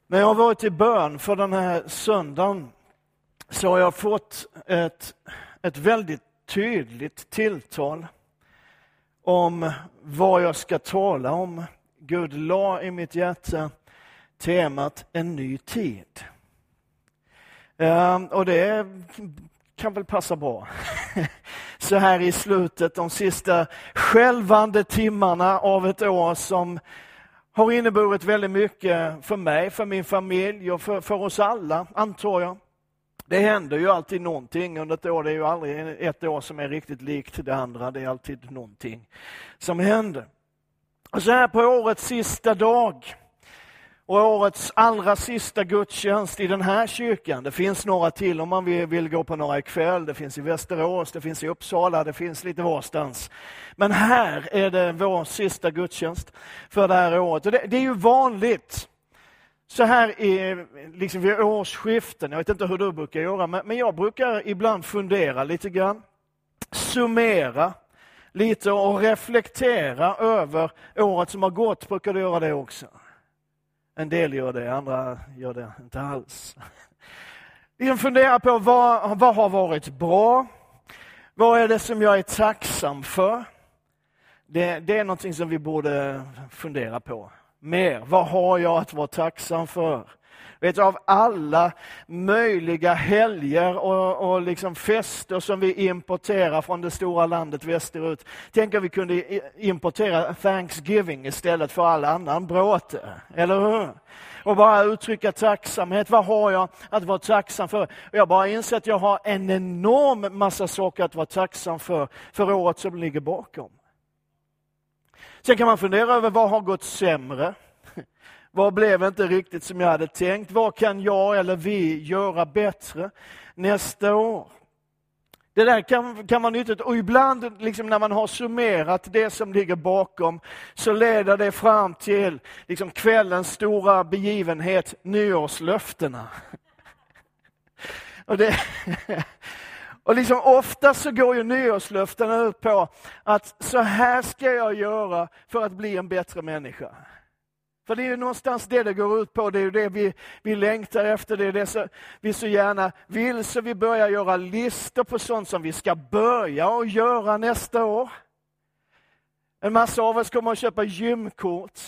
När jag har varit i bön för den här söndagen så har jag fått ett väldigt tydligt tilltal om vad jag ska tala om. Gud la i mitt hjärta temat en ny tid. Och det kan väl passa bra. Så här i slutet, de sista skälvande timmarna av ett år som har inneburit väldigt mycket för mig, för min familj och för oss alla, antar jag. Det händer ju alltid någonting under ett år. Det är ju aldrig ett år som är riktigt likt det andra. Det är alltid någonting som händer. Och så här på årets sista dag och årets allra sista gudstjänst i den här kyrkan. Det finns några till om man vill gå på några ikväll. Det finns i Västerås, det finns i Uppsala, det finns lite varstans. Men här är det vår sista gudstjänst för det här året. Och det är ju vanligt så här liksom vid årsskiften. Jag vet inte hur du brukar göra, men jag brukar ibland fundera lite grann. Summera lite och reflektera över året som har gått. Brukar du göra det också? En del gör det, andra gör det inte alls. Vi kan fundera på vad har varit bra? Vad är det som jag är tacksam för? Det är någonting som vi borde fundera på mer. Vad har jag att vara tacksam för? Vet du, av alla möjliga helger och liksom fester som vi importerar från det stora landet västerut. Tänk om vi kunde importera Thanksgiving istället för all annan bråte. Eller hur? Och bara uttrycka tacksamhet. Vad har jag att vara tacksam för? Och jag bara inser att jag har en enorm massa saker att vara tacksam för året som ligger bakom. Sen kan man fundera över vad har gått sämre? Vad blev inte riktigt som jag hade tänkt? Vad kan jag eller vi göra bättre nästa år? Det där kan vara nyttigt. Och ibland liksom när man har summerat det som ligger bakom så leder det fram till liksom kvällens stora begivenhet, nyårslöftena. Och liksom ofta så går ju nyårslöftena ut på att så här ska jag göra för att bli en bättre människa. För det är ju någonstans det går ut på, det är ju det vi längtar efter, det är det vi så gärna vill, så vi börjar göra listor på sånt som vi ska börja och göra nästa år. En massa av oss kommer att köpa gymkort.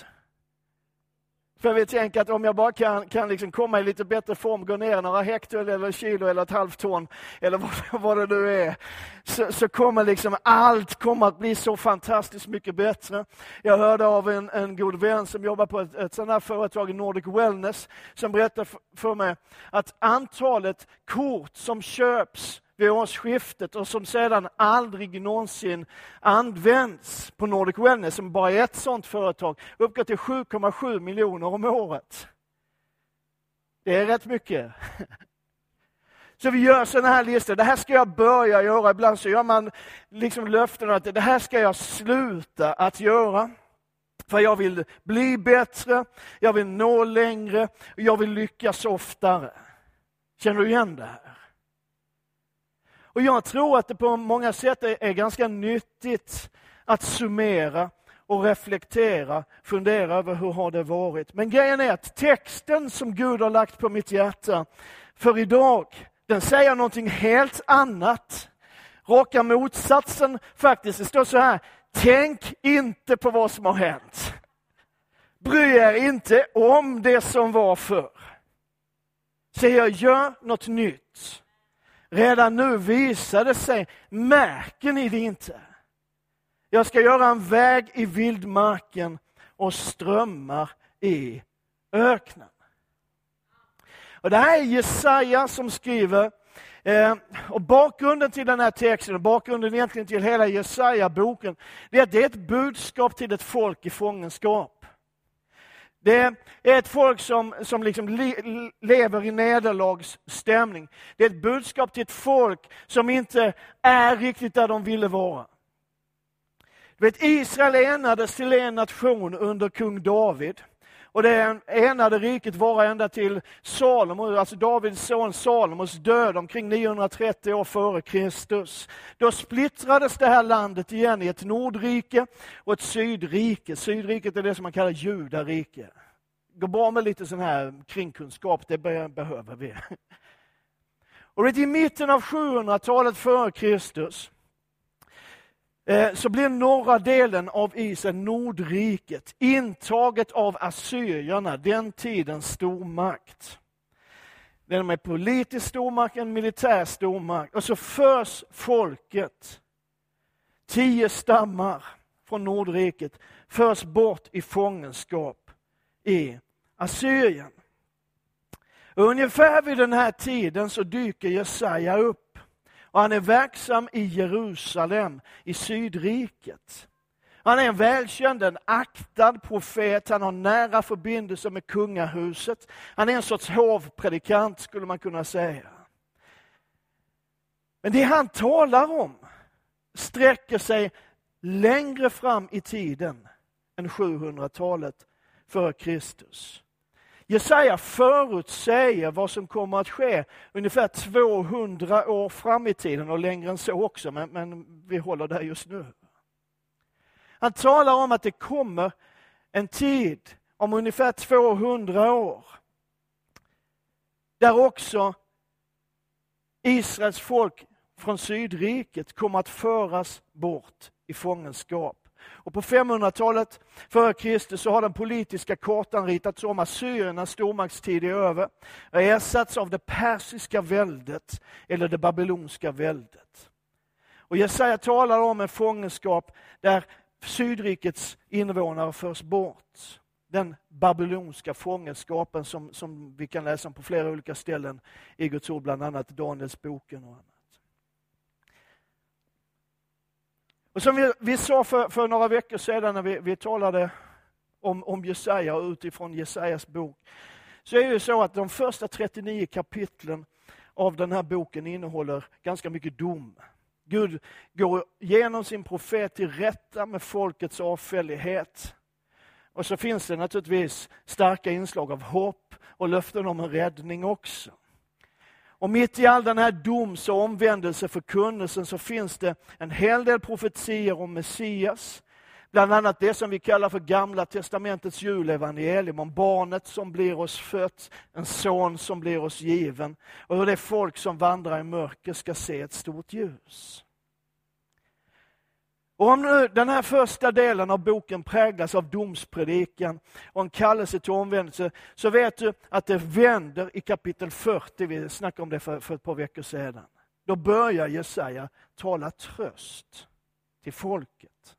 För vi tänker att om jag bara kan liksom komma i lite bättre form, gå ner några hektar eller kilo eller ett halvt ton eller vad det nu är, så kommer liksom allt kommer att bli så fantastiskt mycket bättre. Jag hörde av en god vän som jobbar på ett sådant här företag i Nordic Wellness som berättade för mig att antalet kort som köps vid årsskiftet och som sedan aldrig någonsin används på Nordic Wellness, som bara är ett sådant företag, uppgår till 7,7 miljoner om året. Det är rätt mycket. Så vi gör sådana här listor. Det här ska jag börja göra. Ibland så gör man liksom löften att det här ska jag sluta att göra. För jag vill bli bättre, jag vill nå längre och jag vill lyckas oftare. Känner du igen det här? Och jag tror att det på många sätt är ganska nyttigt att summera och reflektera, fundera över hur har det varit. Men grejen är att texten som Gud har lagt på mitt hjärta för idag, den säger någonting helt annat. Raka motsatsen faktiskt. Det står så här: tänk inte på vad som har hänt. Bry er inte om det som var förr. Säger gör något nytt. Redan nu visar det sig, märker ni det inte? Jag ska göra en väg i vildmarken och strömmar i öknen. Och det här är Jesaja som skriver. Och bakgrunden till den här texten, och bakgrunden egentligen till hela Jesaja-boken, det är att det är ett budskap till ett folk i fångenskap. Det är ett folk som liksom lever i nederlagsstämning. Det är ett budskap till ett folk som inte är riktigt där de ville vara. Du vet, Israel enades till en nation under kung David. Och det enade riket var ända till Salomo, alltså Davids son Salomos död omkring 930 år före Kristus. Då splittrades det här landet igen i ett nordrike och ett sydrike. Sydriket är det som man kallar Judarike. går bra med lite sån här kringkunskap, det behöver vi. Och i mitten av 700-talet före Kristus så blev norra delen av Israel, Nordriket, intaget av assyrierna, den tidens stormakt. Den är politisk stormakt, en militär stormakt. Och så förs folket, 10 stammar från Nordriket, förs bort i fångenskap i Assyrien. Och ungefär vid den här tiden så dyker Jesaja upp. Och han är verksam i Jerusalem, i Sydriket. Han är en välkänd, en aktad profet. Han har nära förbindelse med kungahuset. Han är en sorts hovpredikant, skulle man kunna säga. Men det han talar om sträcker sig längre fram i tiden än 700-talet före Kristus. Jesaja förutsäger vad som kommer att ske ungefär 200 år fram i tiden, och längre än så också, men vi håller där just nu. Han talar om att det kommer en tid om ungefär 200 år där också Israels folk från Sydriket kommer att föras bort i fångenskap. Och på 500-talet före Kristus så har den politiska kartan ritats om. Assyriernas stormaktstid är över och ersatts av det persiska väldet eller det babylonska väldet. Och Jesaja talar om en fångenskap där Sydrikets invånare förs bort. Den babylonska fångenskapen som vi kan läsa om på flera olika ställen i Guds ord, bland annat Daniels boken och annat. Och som vi sa för några veckor sedan när vi talade om Jesaja och utifrån Jesajas bok, så är det ju så att de första 39 kapitlen av den här boken innehåller ganska mycket dom. Gud går genom sin profet till rätta med folkets avfällighet. Och så finns det naturligtvis starka inslag av hopp och löften om en räddning också. Och mitt i all den här doms- och omvändelseförkunnelsen så finns det en hel del profetier om Messias. Bland annat det som vi kallar för Gamla testamentets julevangelium, om barnet som blir oss fött, en son som blir oss given, och hur det folk som vandrar i mörker ska se ett stort ljus. Och om nu den här första delen av boken präglas av domspredikan och en kallelse till omvändelse, så vet du att det vänder i kapitel 40, vi snackade om det för ett par veckor sedan. Då börjar Jesaja tala tröst till folket.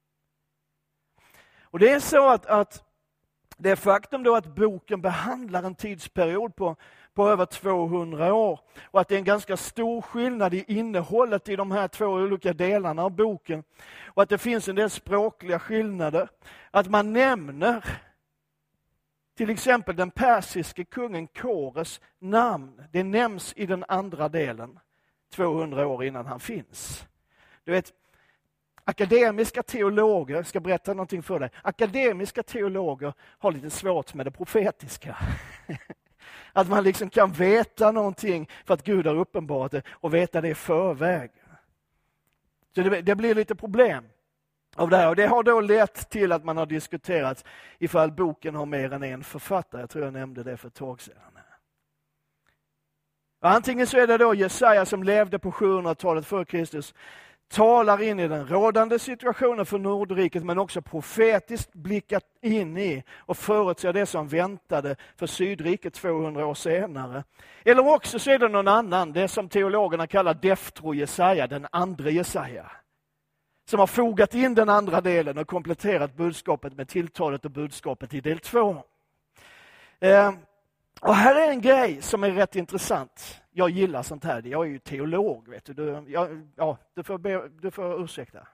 Och det är så att det faktum då att boken behandlar en tidsperiod på över 200 år, och att det är en ganska stor skillnad i innehållet i de här två olika delarna av boken, och att det finns en del språkliga skillnader, att man nämner till exempel den persiske kungen Kores namn. Det nämns i den andra delen 200 år innan han finns. Du vet, akademiska teologer, ska berätta någonting för dig. Akademiska teologer har lite svårt med det profetiska. Att man liksom kan veta någonting för att Gud har uppenbarat det och veta det i förväg. Så det blir lite problem av det här. Och det har då lett till att man har diskuterat ifall boken har mer än en författare. Jag tror jag nämnde det för ett tag sedan. Och antingen så är det då Jesaja som levde på 700-talet före Kristus, talar in i den rådande situationen för Nordriket, men också profetiskt blickat in i och förutser det som väntade för Sydriket 200 år senare. Eller också så är det någon annan, det som teologerna kallar Deftro Jesaja, den andra Jesaja, som har fogat in den andra delen och kompletterat budskapet med tilltalet och budskapet i del 2. Och här är en grej som är rätt intressant. Jag gillar sånt här. Jag är ju teolog, vet du. Du får ursäkta.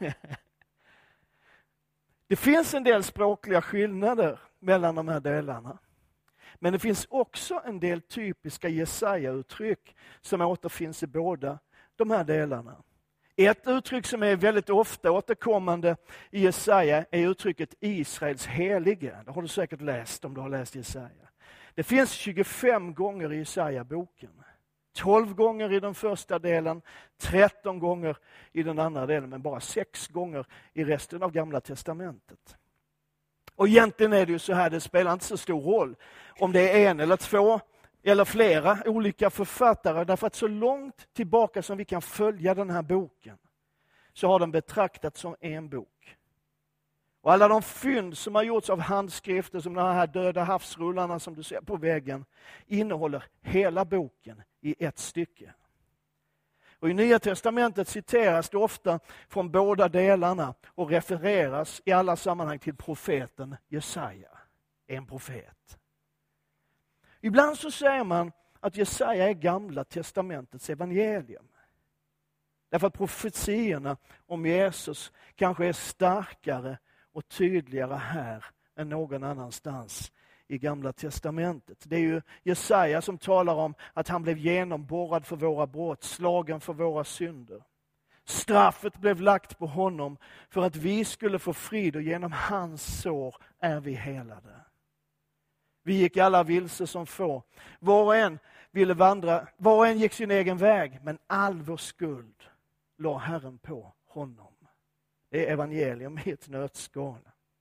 Det finns en del språkliga skillnader mellan de här delarna. Men det finns också en del typiska Jesaja-uttryck som återfinns i båda de här delarna. Ett uttryck som är väldigt ofta återkommande i Jesaja är uttrycket Israels helige. Det har du säkert läst om du har läst Jesaja. Det finns 25 gånger i Jesaja-boken. 12 gånger i den första delen, 13 gånger i den andra delen, men bara 6 gånger i resten av Gamla testamentet. Och egentligen är det ju så här, det spelar inte så stor roll om det är en eller två eller flera olika författare. Därför att så långt tillbaka som vi kan följa den här boken så har den betraktats som en bok. Och alla de fynd som har gjorts av handskrifter, som de här döda havsrullarna som du ser på väggen, innehåller hela boken i ett stycke. Och i Nya testamentet citeras det ofta från båda delarna och refereras i alla sammanhang till profeten Jesaja, en profet. Ibland så säger man att Jesaja är Gamla testamentets evangelium. Därför att profetierna om Jesus kanske är starkare och tydligare här än någon annanstans i Gamla testamentet. Det är ju Jesaja som talar om att han blev genomborrad för våra brott, slagen för våra synder. Straffet blev lagt på honom för att vi skulle få frid, och genom hans sår är vi helade. Vi gick alla vilse som får. Var och en ville vandra, var och en gick sin egen väg, men all vår skuld la Herren på honom. Det är evangelium i ett nötskal.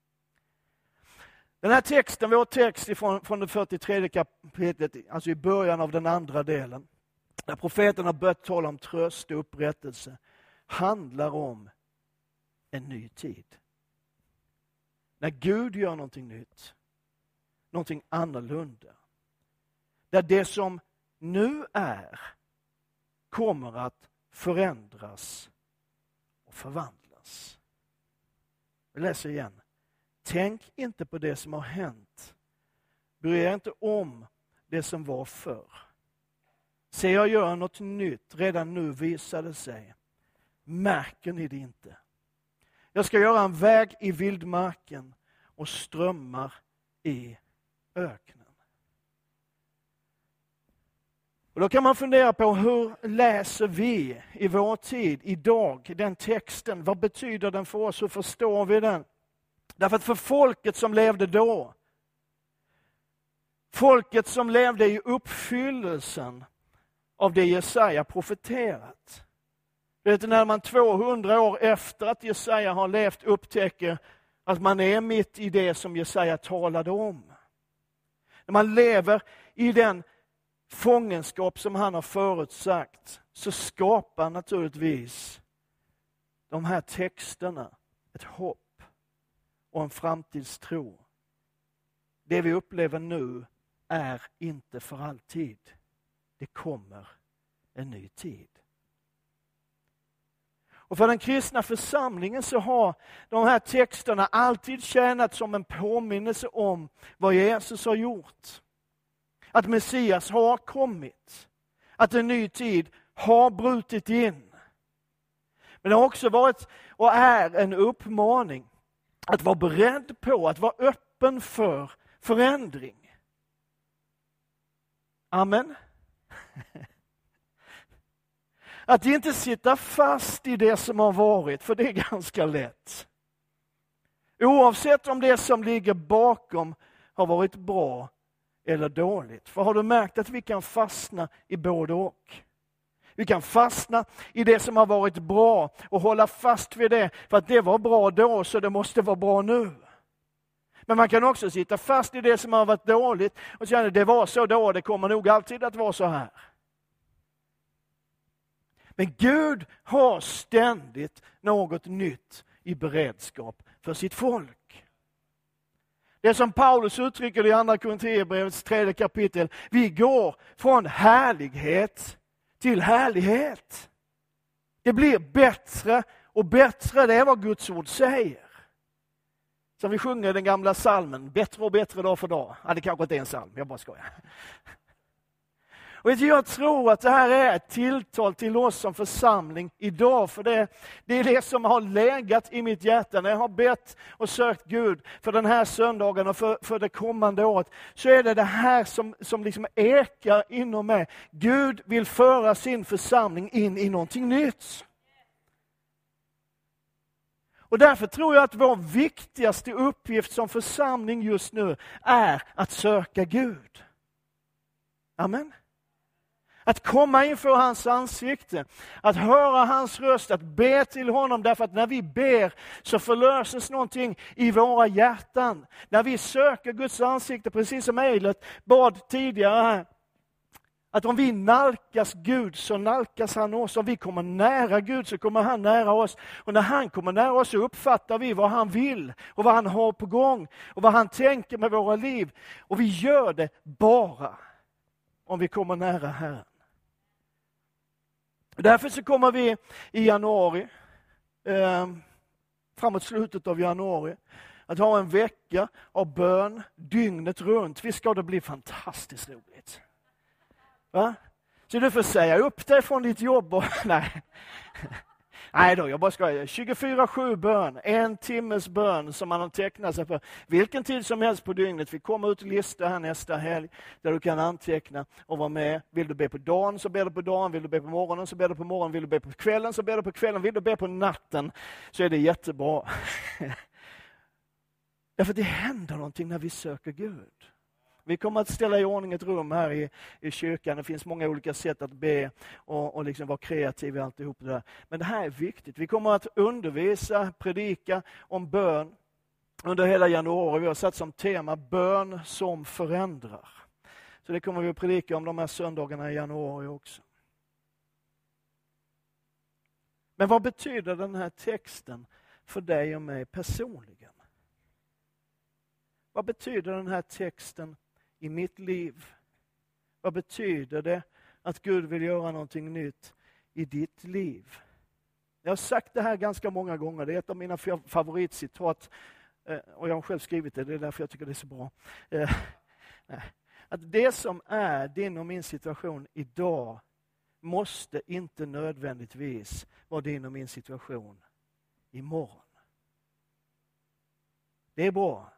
Den här texten, vår text från det 43 kapitlet, alltså i början av den andra delen, där profeten har börjat tala om tröst och upprättelse, handlar om en ny tid. När Gud gör någonting nytt, någonting annorlunda. Där det som nu är kommer att förändras och förvandlas. Jag läser igen. Tänk inte på det som har hänt. Bry er inte om det som var förr. Se, jag gör något nytt. Redan nu visar det sig. Märker ni det inte? Jag ska göra en väg i vildmarken och strömmar i öknen. Och då kan man fundera på, hur läser vi i vår tid, idag, den texten? Vad betyder den för oss? Hur förstår vi den? Därför att för folket som levde då, folket som levde i uppfyllelsen av det Jesaja profeterat. Vet du, när man 200 år efter att Jesaja har levt upptäcker att man är mitt i det som Jesaja talade om. När man lever i den fångenskap som han har förutsagt, så skapar naturligtvis de här texterna ett hopp och en framtidstro. Det vi upplever nu är inte för alltid. Det kommer en ny tid. Och för den kristna församlingen så har de här texterna alltid tjänat som en påminnelse om vad Jesus har gjort. Att Messias har kommit. Att en ny tid har brutit in. Men det har också varit och är en uppmaning att vara beredd på, att vara öppen för förändring. Amen. Att inte sitta fast i det som har varit, för det är ganska lätt. Oavsett om det som ligger bakom har varit bra eller dåligt. För har du märkt att vi kan fastna i både och? Vi kan fastna i det som har varit bra och hålla fast vid det, för att det var bra då så det måste vara bra nu. Men man kan också sitta fast i det som har varit dåligt och säga att det var så då, det kommer nog alltid att vara så här. Men Gud har ständigt något nytt i beredskap för sitt folk. Det som Paulus uttrycker i andra Korinthierbrevets 3 kapitel. Vi går från härlighet till härlighet. Det blir bättre och bättre, det är vad Guds ord säger. Som vi sjunger den gamla salmen, bättre och bättre dag för dag. Ja, det kanske inte är en salm, jag bara skojar. Och jag tror att det här är ett tilltal till oss som församling idag. För det är det som har legat i mitt hjärta. När jag har bett och sökt Gud för den här söndagen och för det kommande året. Så är det här som liksom ekar inom mig. Gud vill föra sin församling in i någonting nytt. Och därför tror jag att vår viktigaste uppgift som församling just nu är att söka Gud. Amen. Att komma inför hans ansikte, att höra hans röst, att be till honom. Därför att när vi ber så förlöses någonting i våra hjärtan. När vi söker Guds ansikte, precis som Eilert bad tidigare här. Att om vi nalkas Gud så nalkas han oss. Om vi kommer nära Gud så kommer han nära oss. Och när han kommer nära oss så uppfattar vi vad han vill och vad han har på gång och vad han tänker med våra liv. Och vi gör det bara om vi kommer nära Herren. Därför så kommer vi i januari, framåt slutet av januari, att ha en vecka av bön dygnet runt. Vi ska det bli fantastiskt roligt. Va? Så du får säga upp dig från ditt jobb och nej då, jag bara skojar. 24/7 bön, 1 timmes bön som man har tecknat sig för. Vilken tid som helst på dygnet. Vi kommer ut lista här nästa helg där du kan anteckna och vara med. Vill du be på dagen så ber du på dagen. Vill du be på morgonen så ber du på morgonen. Vill du be på kvällen så ber du på kvällen. Vill du be på natten så är det jättebra. Därför det händer någonting när vi söker Gud. Vi kommer att ställa i ordning ett rum här i kyrkan. Det finns många olika sätt att be och liksom vara kreativ i alltihop det där. Men det här är viktigt. Vi kommer att undervisa, predika om bön under hela januari. Vi har satt som tema bön som förändrar. Så det kommer vi att predika om de här söndagarna i januari också. Men vad betyder den här texten för dig och mig personligen? Vad betyder den här texten i mitt liv? Vad betyder det att Gud vill göra någonting nytt i ditt liv? Jag har sagt det här ganska många gånger. Det är ett av mina favoritcitat. Och jag har själv skrivit det. Det är därför jag tycker det är så bra. Att det som är din och min situation idag måste inte nödvändigtvis vara din och min situation imorgon. Det är bra.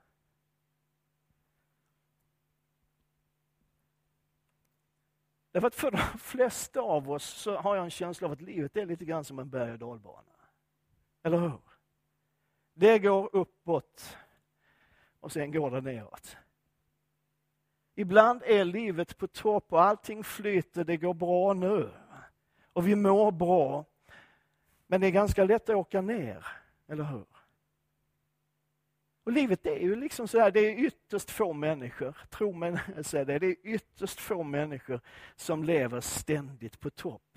Därför att för de flesta av oss så har jag en känsla av att livet är lite grann som en berg- och dalbana. Eller hur? Det går uppåt och sen går det neråt. Ibland är livet på topp och allting flyter, det går bra nu. Och vi mår bra. Men det är ganska lätt att åka ner, eller hur? Och livet är ju liksom så här, det är ytterst få människor, tro mig när jag säger det är ytterst få människor som lever ständigt på topp.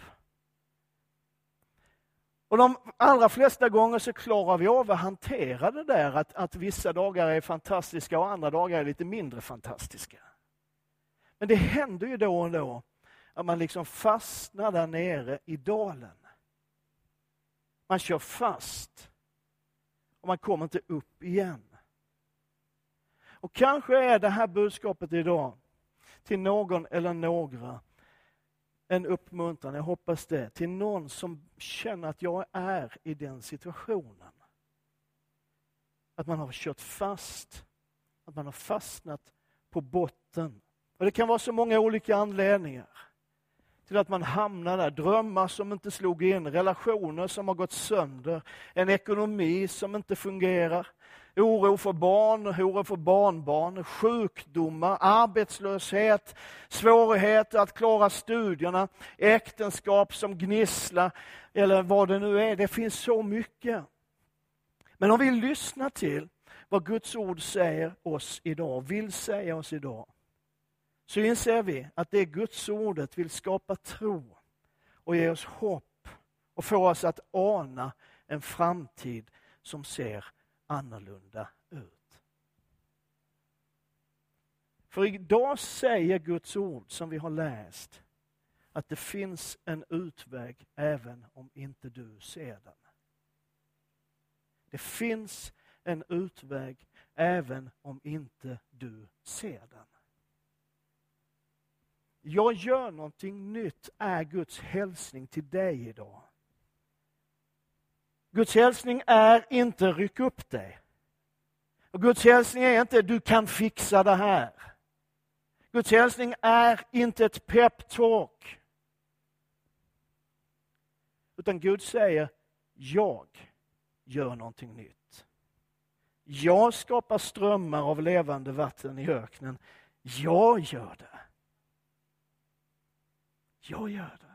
Och de allra flesta gånger så klarar vi av att hantera det där att vissa dagar är fantastiska och andra dagar är lite mindre fantastiska. Men det händer ju då och då att man liksom fastnar där nere i dalen. Man kör fast och man kommer inte upp igen. Och kanske är det här budskapet idag till någon eller några en uppmuntran, jag hoppas det, till någon som känner att jag är i den situationen. Att man har kört fast, att man har fastnat på botten. Och det kan vara så många olika anledningar till att man hamnar där. Drömmar som inte slog in, relationer som har gått sönder, en ekonomi som inte fungerar, oro för barn, oro för barnbarn, sjukdomar, arbetslöshet, svårigheter att klara studierna, äktenskap som gnisslar eller vad det nu är. Det finns så mycket. Men om vi lyssnar till vad Guds ord säger oss idag, vill säga oss idag, så inser vi att det Guds ordet vill skapa tro och ge oss hopp och få oss att ana en framtid som ser annorlunda ut. För idag säger Guds ord som vi har läst att det finns en utväg även om inte du ser den. Det finns en utväg även om inte du ser den. Jag gör någonting nytt är Guds hälsning till dig idag. Guds hälsning är inte ryck upp dig. Och Guds hälsning är inte du kan fixa det här. Guds hälsning är inte ett peptalk. Utan Gud säger, jag gör någonting nytt. Jag skapar strömmar av levande vatten i öknen. Jag gör det. Jag gör det.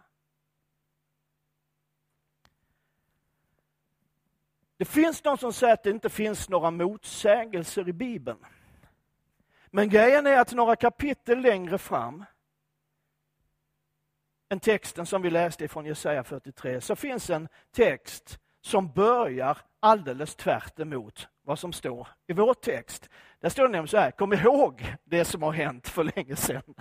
Det finns de som säger att det inte finns några motsägelser i Bibeln. Men grejen är att några kapitel längre fram, en texten som vi läste från Jesaja 43, så finns en text som börjar alldeles tvärt emot vad som står i vår text. Där står det nämligen så här: kom ihåg det som har hänt för länge sedan.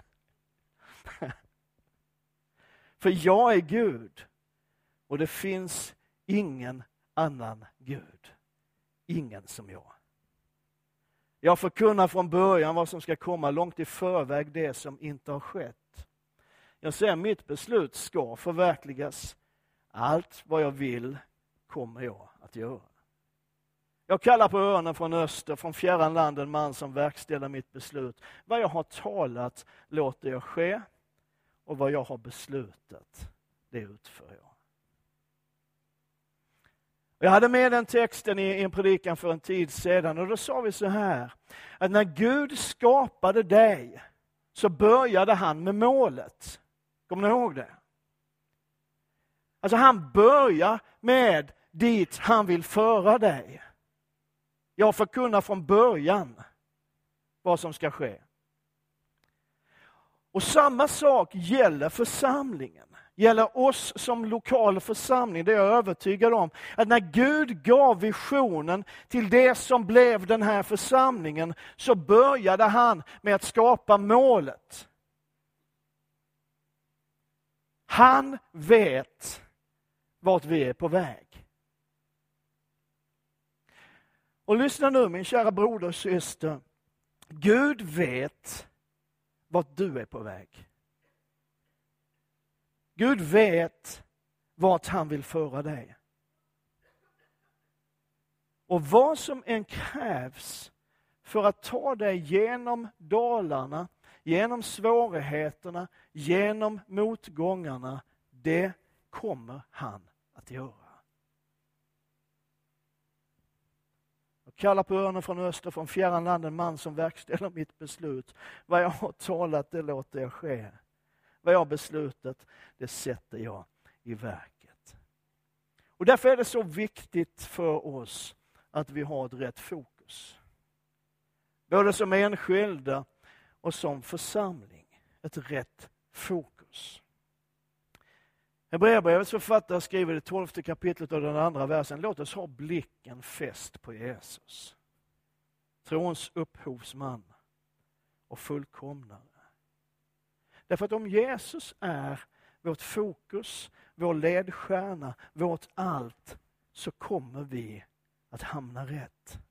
För jag är Gud och det finns ingen annan Gud. Ingen som jag. Jag förkunnar från början vad som ska komma, långt i förväg det som inte har skett. Jag säger mitt beslut ska förverkligas. Allt vad jag vill kommer jag att göra. Jag kallar på örnen från öster, från fjärran land, en man som verkställer mitt beslut. Vad jag har talat låter jag ske, och vad jag har beslutat, det utför jag. Jag hade med den texten i en predikan för en tid sedan, och då sa vi så här, att när Gud skapade dig så började han med målet. Kommer ni ihåg det? Alltså han börjar med dit han vill föra dig. Jag förkunnar från början vad som ska ske. Och samma sak gäller församlingen. Gäller oss som lokal församling. Det är jag övertygad om. Att när Gud gav visionen till det som blev den här församlingen, så började han med att skapa målet. Han vet vart vi är på väg. Och lyssna nu, min kära broder och syster. Gud vet vart du är på väg. Gud vet vart han vill föra dig. Och vad som än krävs för att ta dig genom dalarna, genom svårigheterna, genom motgångarna, det kommer han att göra. Jag kallar på örnen från öster, från fjärran land, en man som verkställer mitt beslut. Vad jag har talat, det låter jag ske. Vad jag har beslutat, det sätter jag i verket. Och därför är det så viktigt för oss att vi har ett rätt fokus. Både som enskilda och som församling. Ett rätt fokus. Hebreerbrevets författare skriver i det 12:e kapitlet av den andra versen: låt oss ha blicken fäst på Jesus. Trons upphovsman och fullkomnare. Därför att om Jesus är vårt fokus, vår ledstjärna, vårt allt, så kommer vi att hamna rätt.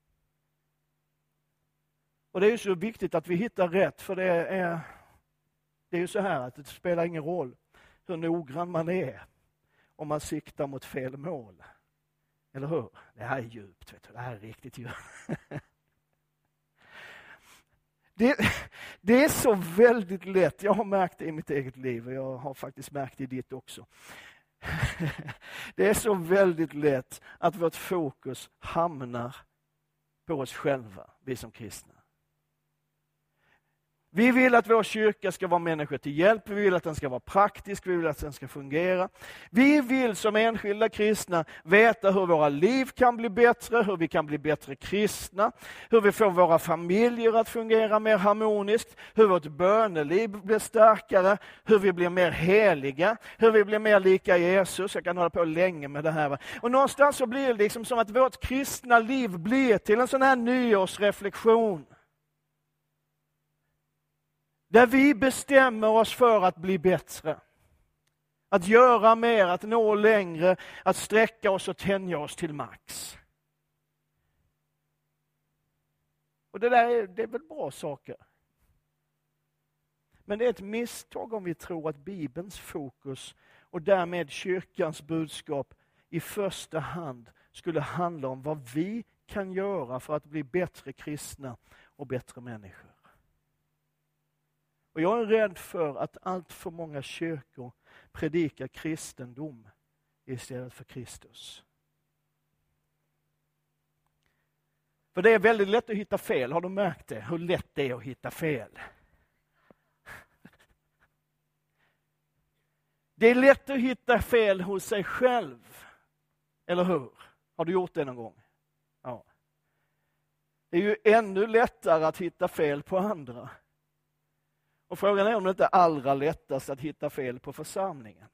Och det är ju så viktigt att vi hittar rätt, för det är ju så här att det spelar ingen roll hur noggrann man är om man siktar mot fel mål. Eller hur? Det här är djupt, vet du. Det här är riktigt djupt. Det är så väldigt lätt. Jag har märkt det i mitt eget liv och jag har faktiskt märkt det i ditt också. Det är så väldigt lätt att vårt fokus hamnar på oss själva, vi som kristna. Vi vill att vår kyrka ska vara människor till hjälp. Vi vill att den ska vara praktisk. Vi vill att den ska fungera. Vi vill som enskilda kristna veta hur våra liv kan bli bättre. Hur vi kan bli bättre kristna. Hur vi får våra familjer att fungera mer harmoniskt. Hur vårt böneliv blir starkare. Hur vi blir mer heliga. Hur vi blir mer lika Jesus. Jag kan hålla på länge med det här. Och någonstans så blir det liksom som att vårt kristna liv blir till en sån här nyårsreflektion. Där vi bestämmer oss för att bli bättre. Att göra mer, att nå längre, att sträcka oss och tänja oss till max. Och det är väl bra saker. Men det är ett misstag om vi tror att Bibelns fokus och därmed kyrkans budskap i första hand skulle handla om vad vi kan göra för att bli bättre kristna och bättre människor. Och jag är rädd för att allt för många kyrkor predikar kristendom istället för Kristus. För det är väldigt lätt att hitta fel. Har du märkt det? Hur lätt det är att hitta fel? Det är lätt att hitta fel hos sig själv. Eller hur? Har du gjort det någon gång? Ja. Det är ju ännu lättare att hitta fel på andra. Och frågan är om det inte är allra lättast att hitta fel på församlingen.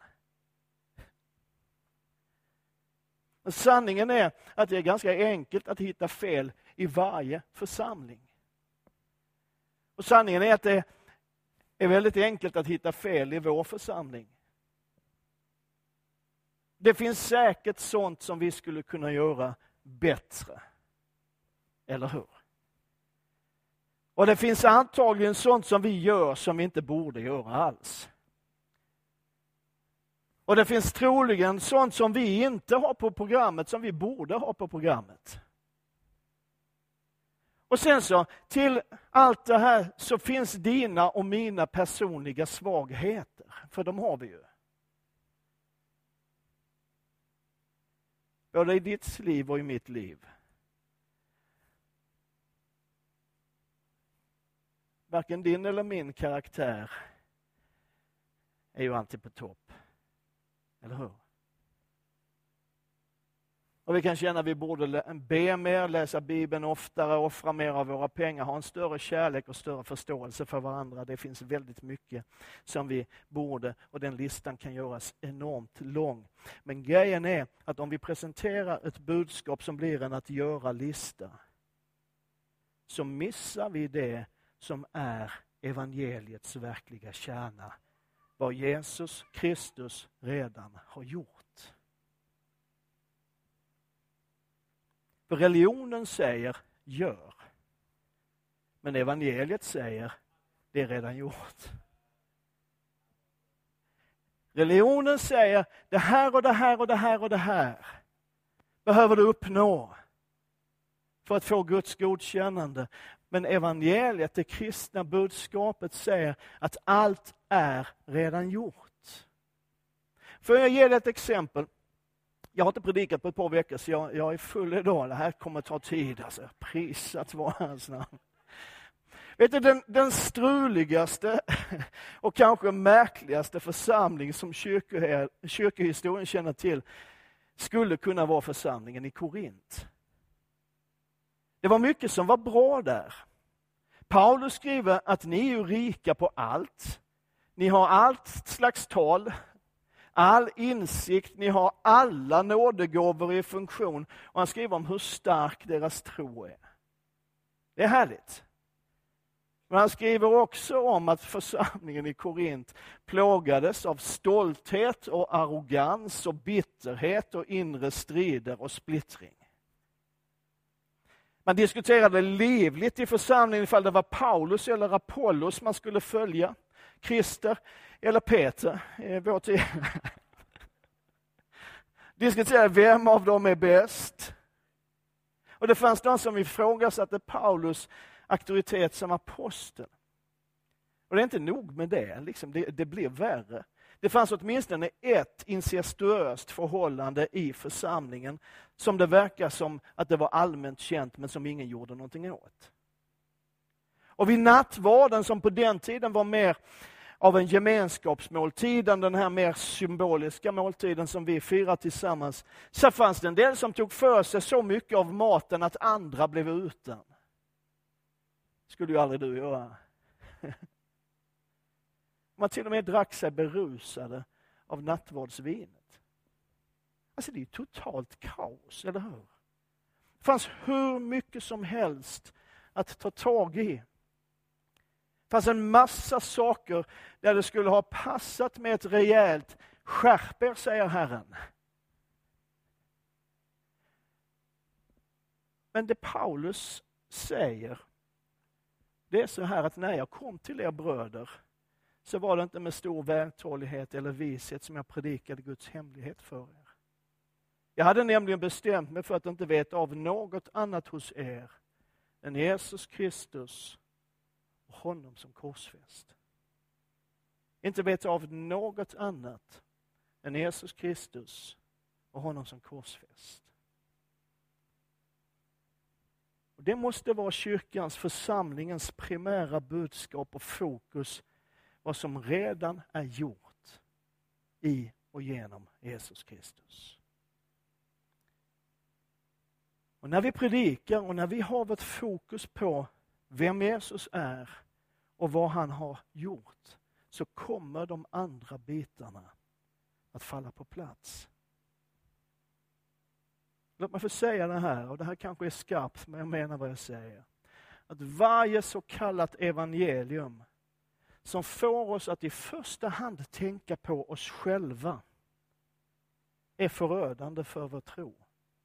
Men sanningen är att det är ganska enkelt att hitta fel i varje församling. Och sanningen är att det är väldigt enkelt att hitta fel i vår församling. Det finns säkert sånt som vi skulle kunna göra bättre. Eller hur? Och det finns antagligen sånt som vi gör som vi inte borde göra alls. Och det finns troligen sånt som vi inte har på programmet som vi borde ha på programmet. Och sen så, till allt det här så finns dina och mina personliga svagheter. För de har vi ju. Både i ditt liv och i mitt liv. Varken din eller min karaktär är ju alltid på topp. Eller hur? Och vi kan känna att vi borde be mer, läsa Bibeln oftare, offra mer av våra pengar, ha en större kärlek och större förståelse för varandra. Det finns väldigt mycket som vi borde, och den listan kan göras enormt lång. Men grejen är att om vi presenterar ett budskap som blir en att göra-lista, så missar vi det som är evangeliets verkliga kärna. Vad Jesus Kristus redan har gjort. För religionen säger gör. Men evangeliet säger det är redan gjort. Religionen säger det här och det här och det här och det här behöver du uppnå för att få Guds godkännande. Men evangeliet, det kristna budskapet, säger att allt är redan gjort. Får jag ge dig ett exempel? Jag har inte predikat på ett par veckor, så jag är full idag. Det här kommer ta tid. Alltså. Prisat vara hans namn. Vet du, den struligaste och kanske märkligaste församling som kyrkohistorien känner till skulle kunna vara församlingen i Korint. Det var mycket som var bra där. Paulus skriver att ni är rika på allt. Ni har allt slags tal, all insikt, ni har alla nådegåvor i funktion. Och han skriver om hur stark deras tro är. Det är härligt. Men han skriver också om att församlingen i Korint plågades av stolthet och arrogans och bitterhet och inre strider och splittring. Man diskuterade livligt i församlingen ifall det var Paulus eller Apollos man skulle följa. Krister eller Peter i vår tid. Diskuterade vem av dem är bäst. Och det fanns de som ifrågasatte Paulus auktoritet som apostel. Och det är inte nog med det, liksom. Det blir värre. Det fanns åtminstone ett incestuöst förhållande i församlingen som det verkar som att det var allmänt känt men som ingen gjorde någonting åt. Och vid nattvarden, som på den tiden var mer av en gemenskapsmåltid än den här mer symboliska måltiden som vi firar tillsammans, så fanns det en del som tog för sig så mycket av maten att andra blev utan. Skulle ju aldrig du göra. Man till och med drack sig berusade av nattvardsvinet. Alltså det är totalt kaos, eller hur? Det fanns hur mycket som helst att ta tag i. Det fanns en massa saker där det skulle ha passat med ett rejält skärp er, säger Herren. Men det Paulus säger, det är så här att när jag kom till er bröder, så var det inte med stor vältalighet eller vishet som jag predikade Guds hemlighet för er. Jag hade nämligen bestämt mig för att inte veta av något annat hos er än Jesus Kristus och honom som korsfäst. Inte veta av något annat än Jesus Kristus och honom som korsfäst. Och det måste vara kyrkans, församlingens primära budskap och fokus, vad som redan är gjort i och genom Jesus Kristus. Och när vi predikar och när vi har vårt fokus på vem Jesus är och vad han har gjort, så kommer de andra bitarna att falla på plats. Låt mig få säga det här, och det här kanske är skarpt, men jag menar vad jag säger. Att varje så kallat evangelium som får oss att i första hand tänka på oss själva är förödande för vår tro.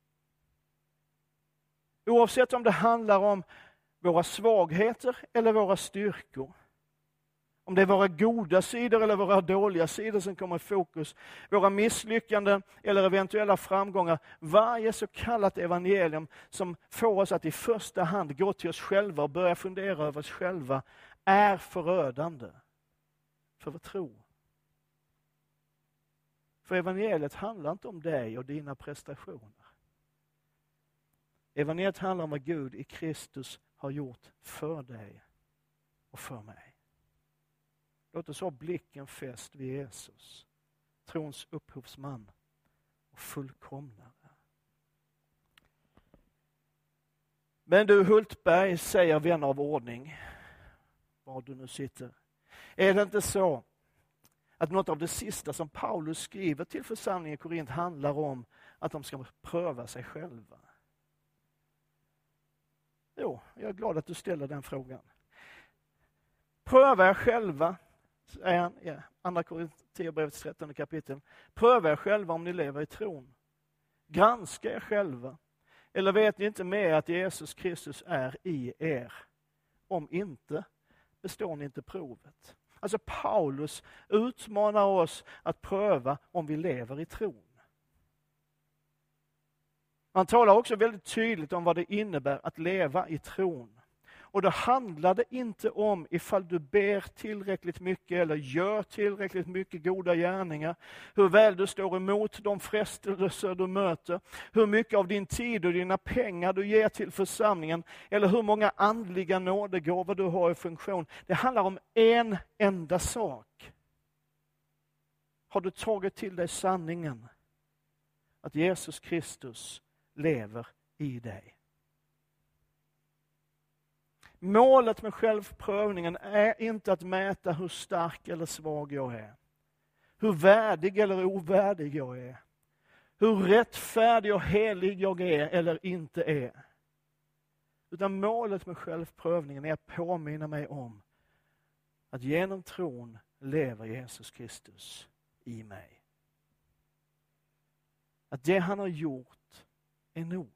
Oavsett om det handlar om våra svagheter eller våra styrkor. Om det är våra goda sidor eller våra dåliga sidor som kommer i fokus. Våra misslyckanden eller eventuella framgångar. Varje så kallat evangelium som får oss att i första hand gå till oss själva och börja fundera över oss själva är förödande för vår tro. För evangeliet handlar inte om dig och dina prestationer. Evangeliet handlar om vad Gud i Kristus har gjort för dig och för mig. Låt oss ha blicken fäst vid Jesus, trons upphovsman och fullkomnare. Men du Hultberg, säger vän av ordning, var du nu sitter. Är det inte så att något av det sista som Paulus skriver till församlingen i Korint handlar om att de ska pröva sig själva? Jo, jag är glad att du ställer den frågan. Pröva er själva, säger han i Andra Korinthierbrevets 13 kapitel. Pröva er själva om ni lever i tron. Granska er själva. Eller vet ni inte mer att Jesus Kristus är i er? Om inte, består ni inte provet. Alltså Paulus utmanar oss att pröva om vi lever i tron. Han talar också väldigt tydligt om vad det innebär att leva i tron. Och då handlar det inte om ifall du ber tillräckligt mycket eller gör tillräckligt mycket goda gärningar. Hur väl du står emot de frestelser du möter. Hur mycket av din tid och dina pengar du ger till församlingen. Eller hur många andliga nådegåvor du har i funktion. Det handlar om en enda sak. Har du tagit till dig sanningen att Jesus Kristus lever i dig? Målet med självprövningen är inte att mäta hur stark eller svag jag är. Hur värdig eller ovärdig jag är. Hur rättfärdig och helig jag är eller inte är. Utan målet med självprövningen är att påminna mig om att genom tron lever Jesus Kristus i mig. Att det han har gjort är nog.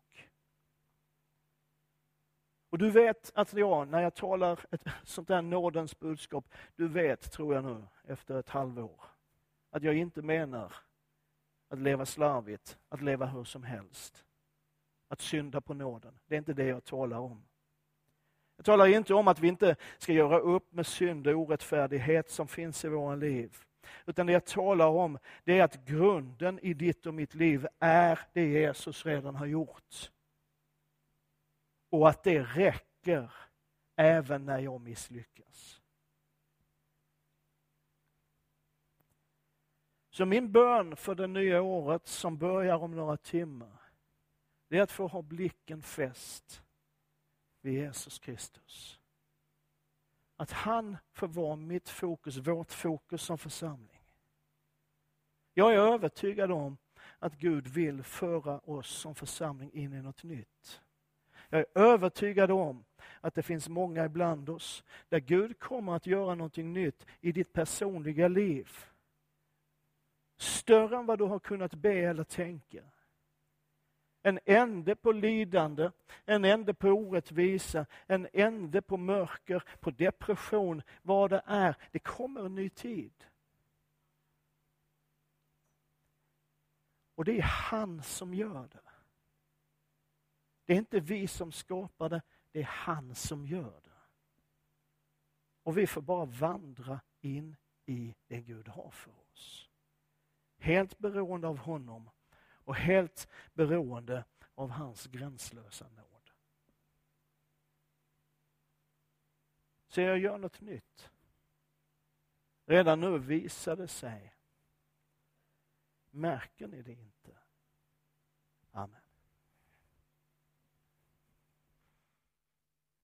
Och du vet att när jag talar ett sånt där nådens budskap, du vet, tror jag nu, efter ett halvår, att jag inte menar att leva slarvigt, att leva hur som helst. Att synda på nåden. Det är inte det jag talar om. Jag talar inte om att vi inte ska göra upp med synd och orättfärdighet som finns i våra liv. Utan det jag talar om, det är att grunden i ditt och mitt liv är det Jesus redan har gjort. Och att det räcker även när jag misslyckas. Så min bön för det nya året som börjar om några timmar, det är att få ha blicken fäst vid Jesus Kristus. Att han får vara mitt fokus, vårt fokus som församling. Jag är övertygad om att Gud vill föra oss som församling in i något nytt. Jag är övertygad om att det finns många ibland oss där Gud kommer att göra någonting nytt i ditt personliga liv. Större än vad du har kunnat be eller tänka. En ände på lidande, en ände på orättvisa, en ände på mörker, på depression, vad det är. Det kommer en ny tid. Och det är han som gör det. Det är inte vi som skapar det, det är han som gör det. Och vi får bara vandra in i det Gud har för oss. Helt beroende av honom och helt beroende av hans gränslösa nåd. Så jag gör något nytt. Redan nu visar det sig Märker ni det inte? Amen.